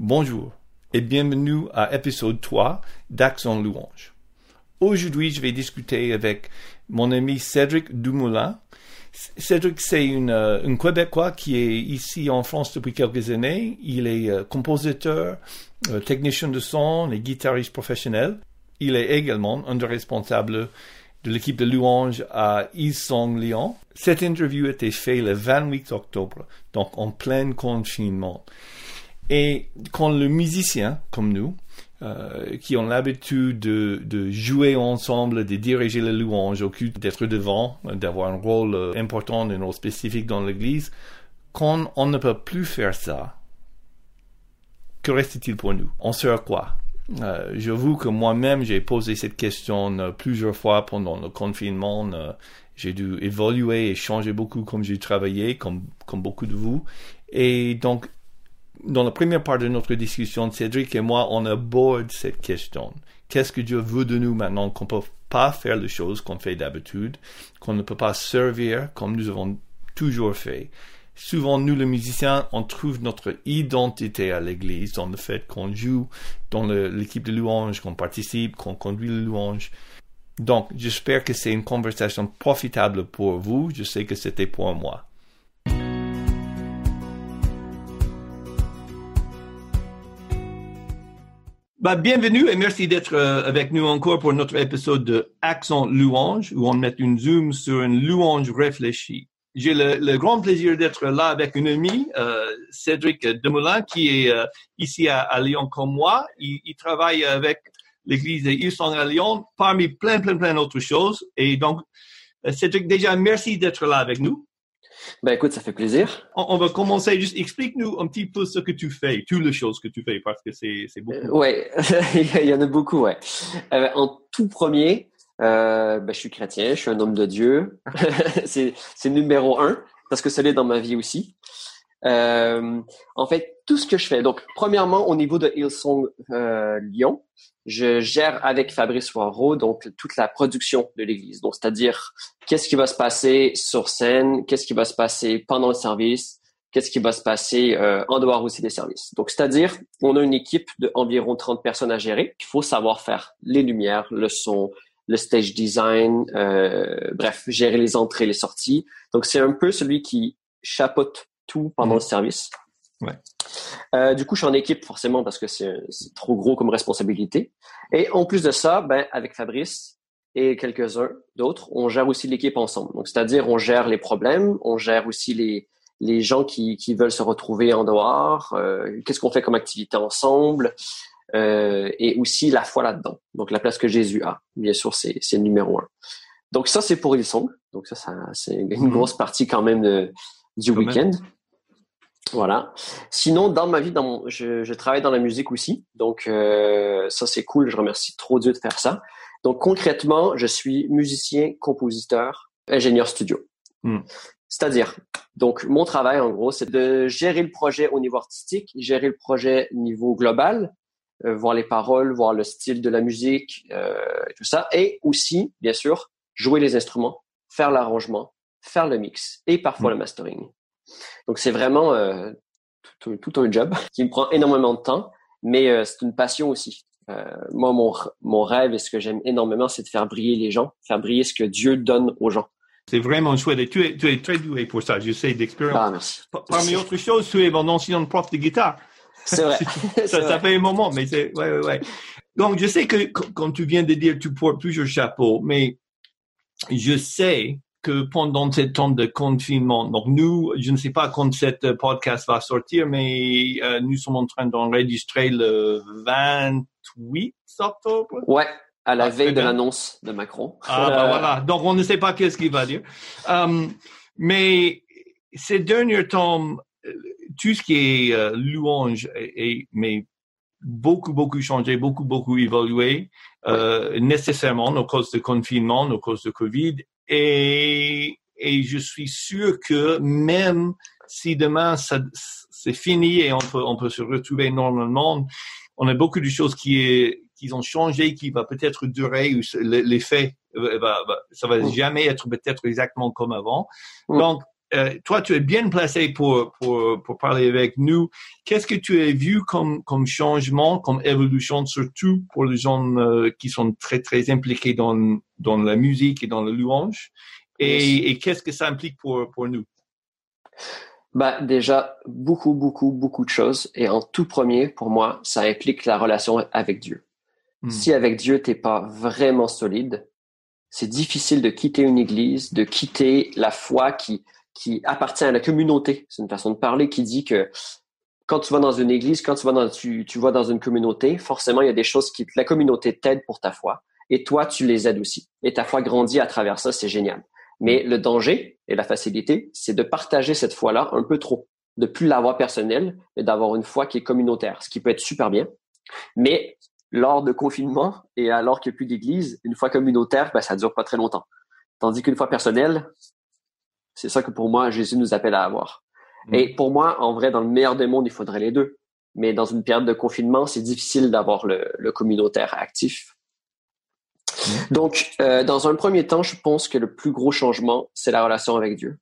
Bonjour et bienvenue à épisode 3 d'Accent Louange. Aujourd'hui, je vais discuter avec mon ami Cédric Dumoulin. Cédric, c'est un Québécois qui est ici en France depuis quelques années. Il est compositeur, technicien de son et guitariste professionnel. Il est également un des responsables de l'équipe de louange à Hillsong Lyon. Cette interview a été faite le 28 octobre, donc en plein confinement. Et quand le musicien, comme nous, qui ont l'habitude de jouer ensemble, de diriger la louange, au culte, d'être devant, d'avoir un rôle important, un rôle spécifique dans l'église, quand on ne peut plus faire ça, que reste-t-il pour nous? On sert quoi? J'avoue que moi-même, j'ai posé cette question plusieurs fois pendant le confinement. J'ai dû évoluer et changer beaucoup comme j'ai travaillé, comme beaucoup de vous. Et donc, dans la première part de notre discussion, Cédric et moi, on aborde cette question. Qu'est-ce que Dieu veut de nous maintenant qu'on ne peut pas faire les choses qu'on fait d'habitude, qu'on ne peut pas servir comme nous avons toujours fait? Souvent, nous, les musiciens, on trouve notre identité à l'église dans le fait qu'on joue dans l'équipe de louange, qu'on participe, qu'on conduit la louange. Donc, j'espère que c'est une conversation profitable pour vous. Je sais que c'était pour moi. Bienvenue et merci d'être avec nous encore pour notre épisode de Accent Louange, où on met une zoom sur une louange réfléchie. J'ai le grand plaisir d'être là avec un ami, Cédric Dumoulin, qui est ici à Lyon comme moi. Il travaille avec l'église de Hillsong à Lyon, parmi plein d'autres choses. Et donc, Cédric, déjà, merci d'être là avec nous. Écoute, ça fait plaisir. On va commencer, juste explique-nous un petit peu ce que tu fais, toutes les choses que tu fais, parce que c'est beaucoup. Ouais, il y en a beaucoup, ouais. En tout premier, je suis chrétien, je suis un homme de Dieu. c'est numéro 1, parce que ça l'est dans ma vie aussi. En fait, tout ce que je fais. Donc, premièrement, au niveau de Hillsong Lyon, je gère avec Fabrice Poirot donc toute la production de l'église. Donc, c'est-à-dire qu'est-ce qui va se passer sur scène, qu'est-ce qui va se passer pendant le service, qu'est-ce qui va se passer en dehors aussi des services. Donc, c'est-à-dire on a une équipe d'environ 30 personnes à gérer. Il faut savoir faire les lumières, le son, le stage design, bref, gérer les entrées, les sorties. Donc, c'est un peu celui qui chapeaute tout pendant le service. Ouais. Du coup, je suis en équipe forcément parce que c'est trop gros comme responsabilité. Et en plus de ça, avec Fabrice et quelques-uns d'autres, on gère aussi l'équipe ensemble. Donc, c'est-à-dire, on gère les problèmes, on gère aussi les gens qui veulent se retrouver en dehors, qu'est-ce qu'on fait comme activité ensemble, et aussi la foi là-dedans. Donc, la place que Jésus a, bien sûr, c'est le numéro 1. Donc, ça, c'est pour Hillsong. Donc, ça c'est une grosse partie quand même du week-end. Voilà. Sinon, dans ma vie, je travaille dans la musique aussi. Donc, ça, c'est cool. Je remercie trop Dieu de faire ça. Donc, concrètement, je suis musicien, compositeur, ingénieur studio. C'est-à-dire, donc, mon travail, en gros, c'est de gérer le projet au niveau artistique, gérer le projet au niveau global, voir les paroles, voir le style de la musique, tout ça. Et aussi, bien sûr, jouer les instruments, faire l'arrangement, faire le mix et parfois le mastering. Donc, c'est vraiment tout un job qui me prend énormément de temps, mais c'est une passion aussi. Moi, mon rêve et ce que j'aime énormément, c'est de faire briller les gens, faire briller ce que Dieu donne aux gens. C'est vraiment chouette et tu es très doué pour ça, je sais d'expérience. Ah, merci. Parmi autres choses, tu es mon ancien prof de guitare. C'est vrai. Ça fait un moment, mais c'est... Ouais. Donc, je sais que quand tu viens de dire tu portes plusieurs chapeaux, mais je sais que pendant ce temps de confinement, donc nous, je ne sais pas quand cette podcast va sortir, mais nous sommes en train d'enregistrer le 28 octobre. Ouais, à la veille de l'annonce de Macron. Voilà. Donc, on ne sait pas qu'est-ce qu'il va dire. Mais ces derniers temps, tout ce qui est louange mais beaucoup changé, beaucoup évolué, nécessairement à cause du confinement, à cause de Covid. Et je suis sûr que même si demain c'est fini et on peut se retrouver normalement, on a beaucoup de choses qui ont changé, qui va peut-être durer, l'effet ça va jamais être peut-être exactement comme avant. Donc, toi, tu es bien placé pour parler avec nous. Qu'est-ce que tu as vu comme changement, comme évolution, surtout pour les gens qui sont très, très impliqués dans la musique et dans la louange? Et qu'est-ce que ça implique pour nous? Bah, déjà, beaucoup, beaucoup, beaucoup de choses. Et en tout premier, pour moi, ça implique la relation avec Dieu. Si avec Dieu, t'es pas vraiment solide, c'est difficile de quitter une église, de quitter la foi qui appartient à la communauté. C'est une façon de parler qui dit que quand tu vas dans une église, quand tu vas dans une communauté, forcément, il y a des choses qui, la communauté t'aide pour ta foi. Et toi, tu les aides aussi. Et ta foi grandit à travers ça, c'est génial. Mais le danger et la facilité, c'est de partager cette foi-là un peu trop. De plus l'avoir personnelle, mais d'avoir une foi qui est communautaire, ce qui peut être super bien. Mais lors de confinement et alors qu'il n'y a plus d'église, une foi communautaire, ben, ça dure pas très longtemps. Tandis qu'une foi personnelle, c'est ça que pour moi, Jésus nous appelle à avoir. Et pour moi, en vrai, dans le meilleur des mondes, il faudrait les deux. Mais dans une période de confinement, c'est difficile d'avoir le communautaire actif. Donc, dans un premier temps, je pense que le plus gros changement, c'est la relation avec Dieu.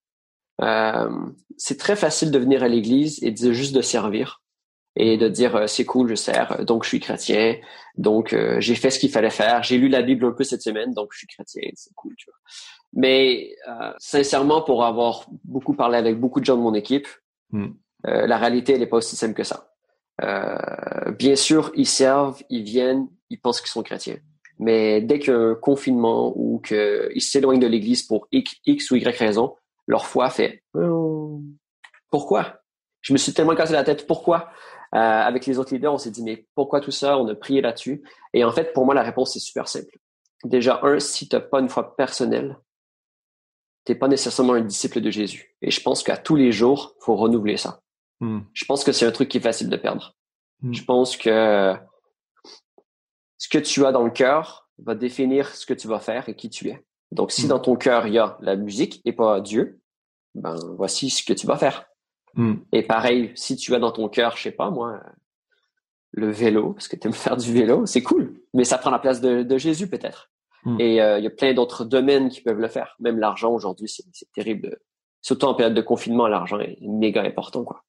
C'est très facile de venir à l'église et juste de servir et de dire c'est cool, je sers, donc je suis chrétien, donc j'ai fait ce qu'il fallait faire, j'ai lu la Bible un peu cette semaine, donc je suis chrétien, c'est cool, tu vois. Mais sincèrement, pour avoir beaucoup parlé avec beaucoup de gens de mon équipe, la réalité, elle n'est pas aussi simple que ça. Bien sûr, ils servent, ils viennent, ils pensent qu'ils sont chrétiens. Mais dès qu'il y a un confinement ou qu'ils s'éloignent de l'église pour X ou Y raison, leur foi fait pourquoi? Je me suis tellement cassé la tête, pourquoi? Avec les autres leaders, on s'est dit mais pourquoi tout ça? On a prié là-dessus. Et en fait, pour moi, la réponse est super simple. Déjà, si tu n'as pas une foi personnelle, tu n'es pas nécessairement un disciple de Jésus. Et je pense qu'à tous les jours, il faut renouveler ça. Je pense que c'est un truc qui est facile de perdre. Je pense que ce que tu as dans le cœur va définir ce que tu vas faire et qui tu es. Donc, si dans ton cœur, il y a la musique et pas Dieu, ben voici ce que tu vas faire. Et pareil, si tu as dans ton cœur, je sais pas moi, le vélo, parce que tu aimes faire du vélo, c'est cool, mais ça prend la place de Jésus peut-être. Et il y a plein d'autres domaines qui peuvent le faire. Même l'argent aujourd'hui, c'est terrible. Surtout en période de confinement, l'argent est méga important, quoi.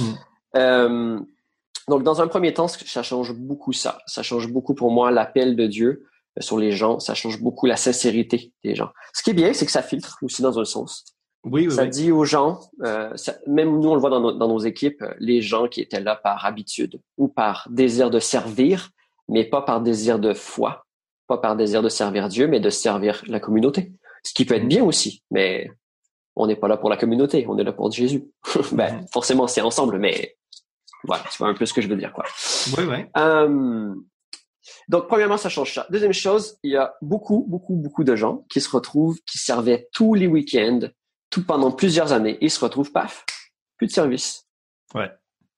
Donc, dans un premier temps, ça change beaucoup ça. Ça change beaucoup pour moi l'appel de Dieu sur les gens. Ça change beaucoup la sincérité des gens. Ce qui est bien, c'est que ça filtre aussi dans un sens. Oui. Dit aux gens, même nous on le voit dans nos équipes, les gens qui étaient là par habitude ou par désir de servir, mais pas par désir de foi, pas par désir de servir Dieu, mais de servir la communauté. Ce qui peut être bien aussi, mais on n'est pas là pour la communauté, on est là pour Jésus. Ben forcément c'est ensemble, mais voilà, tu vois un peu ce que je veux dire, quoi. Oui. Donc, premièrement, ça change ça. Deuxième chose, il y a beaucoup, beaucoup, beaucoup de gens qui se retrouvent, qui servaient tous les week-ends, pendant plusieurs années. Ils se retrouvent, paf, plus de service. Ouais.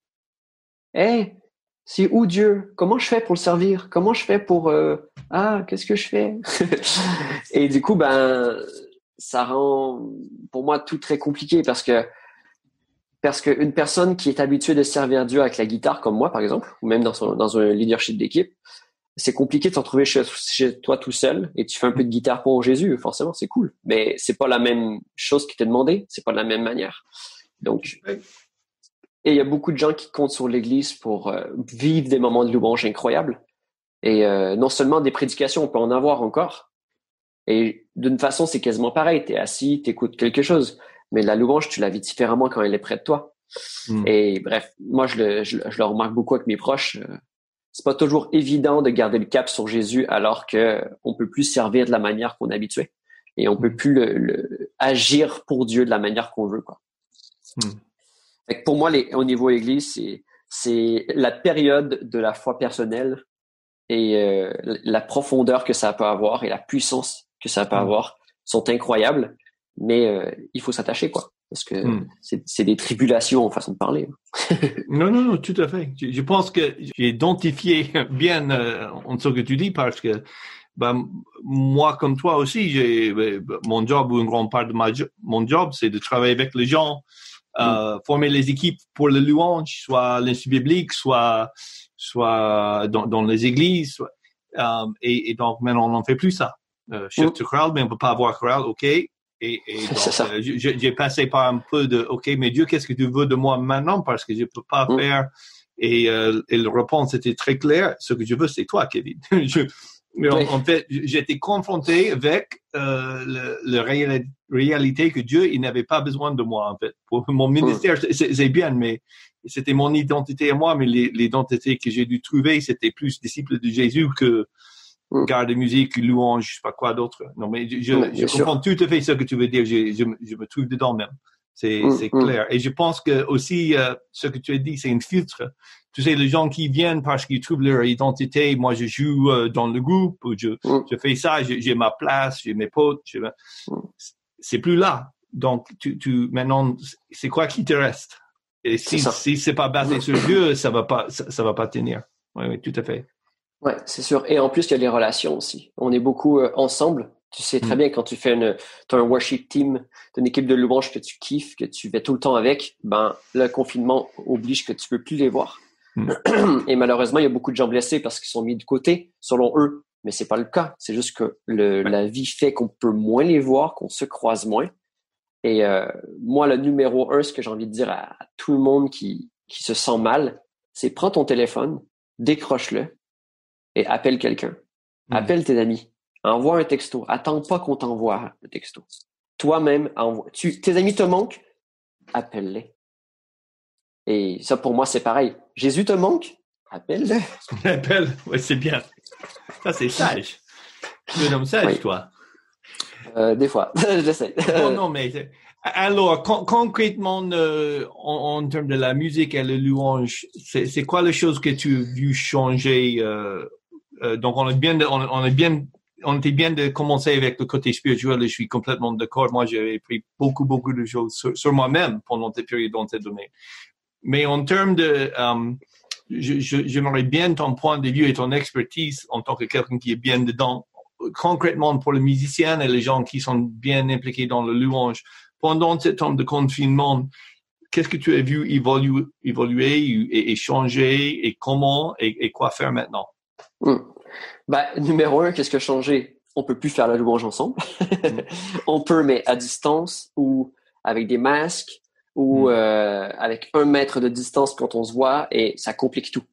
Hey, c'est où Dieu? Comment je fais pour le servir? Comment je fais pour... qu'est-ce que je fais? Et du coup, ça rend, pour moi, tout très compliqué parce que une personne qui est habituée de servir Dieu avec la guitare, comme moi, par exemple, ou même dans un leadership d'équipe, c'est compliqué de se retrouver chez toi tout seul et tu fais un peu de guitare pour Jésus, forcément, c'est cool. Mais c'est pas la même chose qui t'est demandé, c'est pas de la même manière. Donc, et il y a beaucoup de gens qui comptent sur l'Église pour vivre des moments de louange incroyables. Et non seulement des prédications, on peut en avoir encore. Et d'une façon, c'est quasiment pareil. T'es assis, t'écoutes quelque chose. Mais la louange, tu la vis différemment quand elle est près de toi. Et bref, moi, je le remarque beaucoup avec mes proches. C'est pas toujours évident de garder le cap sur Jésus alors que on peut plus servir de la manière qu'on est habitué. Et on peut plus agir pour Dieu de la manière qu'on veut, quoi. Fait que pour moi, au niveau Église, c'est la période de la foi personnelle et la profondeur que ça peut avoir et la puissance que ça peut avoir sont incroyables. Mais il faut s'attacher, quoi. Parce que c'est des tribulations en façon de parler. Non, tout à fait. Je pense que j'ai identifié bien ce que tu dis parce que moi, comme toi aussi, mon job ou une grande part de mon job, c'est de travailler avec les gens, former les équipes pour le louange, soit l'institut biblique, soit dans les églises. Et donc, maintenant, on n'en fait plus ça. Chef de chorale, mais on peut pas avoir chorale, ok. Et donc, C'est ça. j'ai passé par un peu de, OK, mais Dieu, qu'est-ce que tu veux de moi maintenant? Parce que je peux pas faire. Et la réponse était très claire. Ce que je veux, c'est toi, Kevin. Mais en fait, j'étais confronté avec la réalité que Dieu, il n'avait pas besoin de moi, en fait. Pour mon ministère, c'est bien, mais c'était mon identité à moi, mais l'identité que j'ai dû trouver, c'était plus disciple de Jésus que garde de musique, louange, je sais pas quoi d'autre. Non, mais je comprends tout à fait ce que tu veux dire. Je me trouve dedans même. C'est clair. Et je pense que aussi, ce que tu as dit, c'est un filtre. Tu sais, les gens qui viennent parce qu'ils trouvent leur identité, moi, je joue dans le groupe, ou je fais ça, j'ai ma place, j'ai mes potes, c'est plus là. Donc, maintenant, c'est quoi qui te reste? Et si c'est pas basé sur Dieu, ça va pas tenir. Oui, tout à fait. Ouais, c'est sûr. Et en plus, il y a les relations aussi. On est beaucoup ensemble. Tu sais très bien quand tu fais t'as un worship team, t'as une équipe de louanges que tu kiffes, que tu vas tout le temps avec, ben, le confinement oblige que tu peux plus les voir. Et malheureusement, il y a beaucoup de gens blessés parce qu'ils sont mis de côté, selon eux. Mais c'est pas le cas. C'est juste que la vie fait qu'on peut moins les voir, qu'on se croise moins. Et moi, le numéro 1, ce que j'ai envie de dire à tout le monde qui se sent mal, c'est prends ton téléphone, décroche-le et appelle quelqu'un. Appelle tes amis. Envoie un texto. Attends pas qu'on t'envoie le texto. Toi-même, tes amis te manquent, appelle-les. Et ça, pour moi, c'est pareil. Jésus te manque, appelle-le. Appelle, ouais, c'est bien. Ça, c'est sage. Tu es un homme sage, toi. Des fois, j'essaie. Non, mais alors, concrètement, en termes de la musique et le louange, c'est quoi les choses que tu as vu changer? Donc, on était bien de commencer avec le côté spirituel et je suis complètement d'accord. Moi, j'avais pris beaucoup de choses sur moi-même pendant cette période dont tu as donné. Mais en termes de, j'aimerais bien ton point de vue et ton expertise en tant que quelqu'un qui est bien dedans, concrètement pour les musiciens et les gens qui sont bien impliqués dans le louange. Pendant ce temps de confinement, qu'est-ce que tu as vu évoluer et changer et comment et quoi faire maintenant? Ben, numéro 1, qu'est-ce qui a changé? On peut plus faire la louange ensemble. On peut, mais à distance ou avec des masques ou avec 1 mètre de distance quand on se voit et ça complique tout.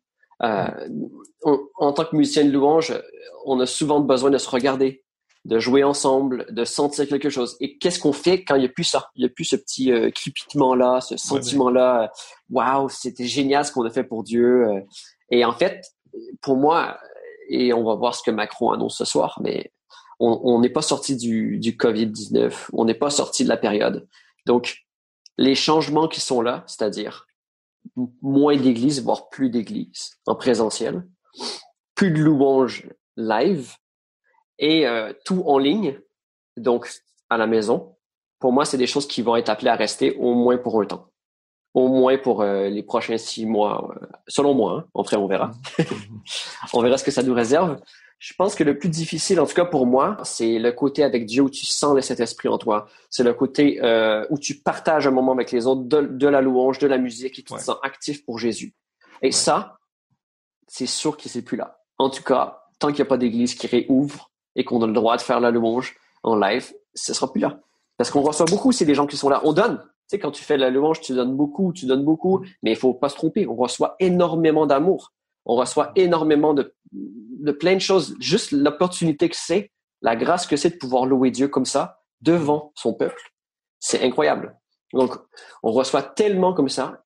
En tant que musicien de louange, on a souvent besoin de se regarder, de jouer ensemble, de sentir quelque chose. Et qu'est-ce qu'on fait quand il n'y a plus ça? Il n'y a plus ce petit crépitement-là, ce sentiment-là. Waouh, c'était génial ce qu'on a fait pour Dieu. Et en fait, pour moi, et on va voir ce que Macron annonce ce soir, mais on n'est pas sorti du COVID-19, on n'est pas sorti de la période. Donc, les changements qui sont là, c'est-à-dire moins d'églises, voire plus d'églises en présentiel, plus de louanges live et tout en ligne, donc à la maison, pour moi, c'est des choses qui vont être appelées à rester au moins pour un temps. Au moins pour les prochains 6 mois, selon moi. Hein. Après, on verra. On verra ce que ça nous réserve. Je pense que le plus difficile, en tout cas pour moi, c'est le côté avec Dieu où tu sens le Saint-Esprit en toi. C'est le côté où tu partages un moment avec les autres, de la louange, de la musique, et tu te sens actif pour Jésus. Et ça, c'est sûr que c'est plus là. En tout cas, tant qu'il n'y a pas d'église qui réouvre et qu'on a le droit de faire la louange en live, ce sera plus là. Parce qu'on reçoit beaucoup, c'est des gens qui sont là. On donne. Tu sais, quand tu fais la louange, tu donnes beaucoup, mais il faut pas se tromper. On reçoit énormément d'amour. On reçoit énormément de plein de choses. Juste l'opportunité que c'est, la grâce que c'est de pouvoir louer Dieu comme ça, devant son peuple. C'est incroyable. Donc, on reçoit tellement comme ça.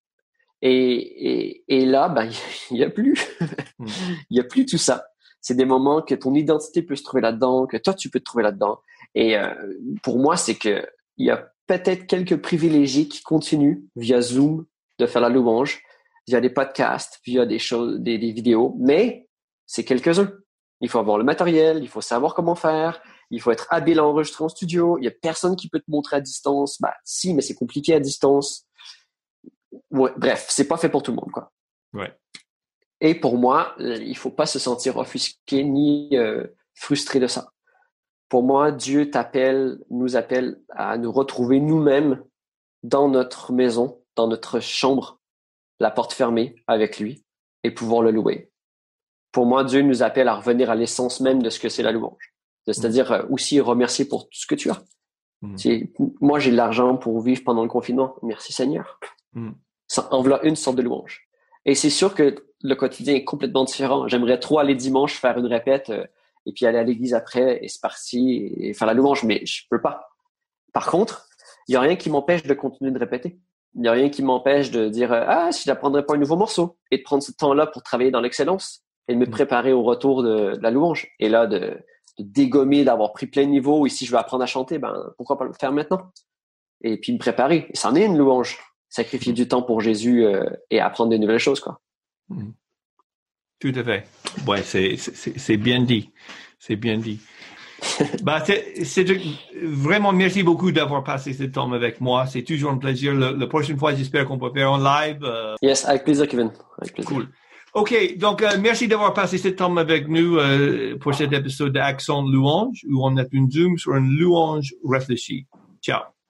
Et là, ben, il y a plus. Il y a plus tout ça. C'est des moments que ton identité peut se trouver là-dedans, que toi, tu peux te trouver là-dedans. Et pour moi, c'est que il y a peut-être quelques privilégiés qui continuent via Zoom de faire la louange, via des podcasts, via des choses, des vidéos, mais c'est quelques-uns. Il faut avoir le matériel, il faut savoir comment faire, il faut être habile à enregistrer en studio. Il y a personne qui peut te montrer à distance. Bah, si, mais c'est compliqué à distance. Ouais, bref, c'est pas fait pour tout le monde, quoi. Ouais. Et pour moi, il faut pas se sentir offusqué ni frustré de ça. Pour moi, Dieu nous appelle à nous retrouver nous-mêmes dans notre maison, dans notre chambre, la porte fermée avec lui et pouvoir le louer. Pour moi, Dieu nous appelle à revenir à l'essence même de ce que c'est la louange. C'est-à-dire aussi remercier pour tout ce que tu as. Moi, j'ai de l'argent pour vivre pendant le confinement. Merci Seigneur. En voilà une sorte de louange. Et c'est sûr que le quotidien est complètement différent. J'aimerais trop aller dimanche faire une répète et puis aller à l'église après et c'est parti et faire la louange, mais je peux pas. Par contre, il y a rien qui m'empêche de continuer de répéter. Il y a rien qui m'empêche de dire si j'apprendrais pas un nouveau morceau et de prendre ce temps-là pour travailler dans l'excellence et de me préparer au retour de la louange. Et là, de dégommer, d'avoir pris plein de niveaux. Et si je veux apprendre à chanter, pourquoi pas le faire maintenant? Et puis me préparer. Et c'en est une louange. Sacrifier du temps pour Jésus et apprendre de nouvelles choses, quoi. Tout à fait. Ouais, c'est bien dit. C'est bien dit. Cédric, vraiment merci beaucoup d'avoir passé ce temps avec moi. C'est toujours un plaisir. La prochaine fois, j'espère qu'on peut faire en live. Yes, avec plaisir, Kevin. Avec plaisir. Cool. OK, donc merci d'avoir passé ce temps avec nous pour cet épisode d'Accent Louange où on a une zoom sur une louange réfléchie. Ciao.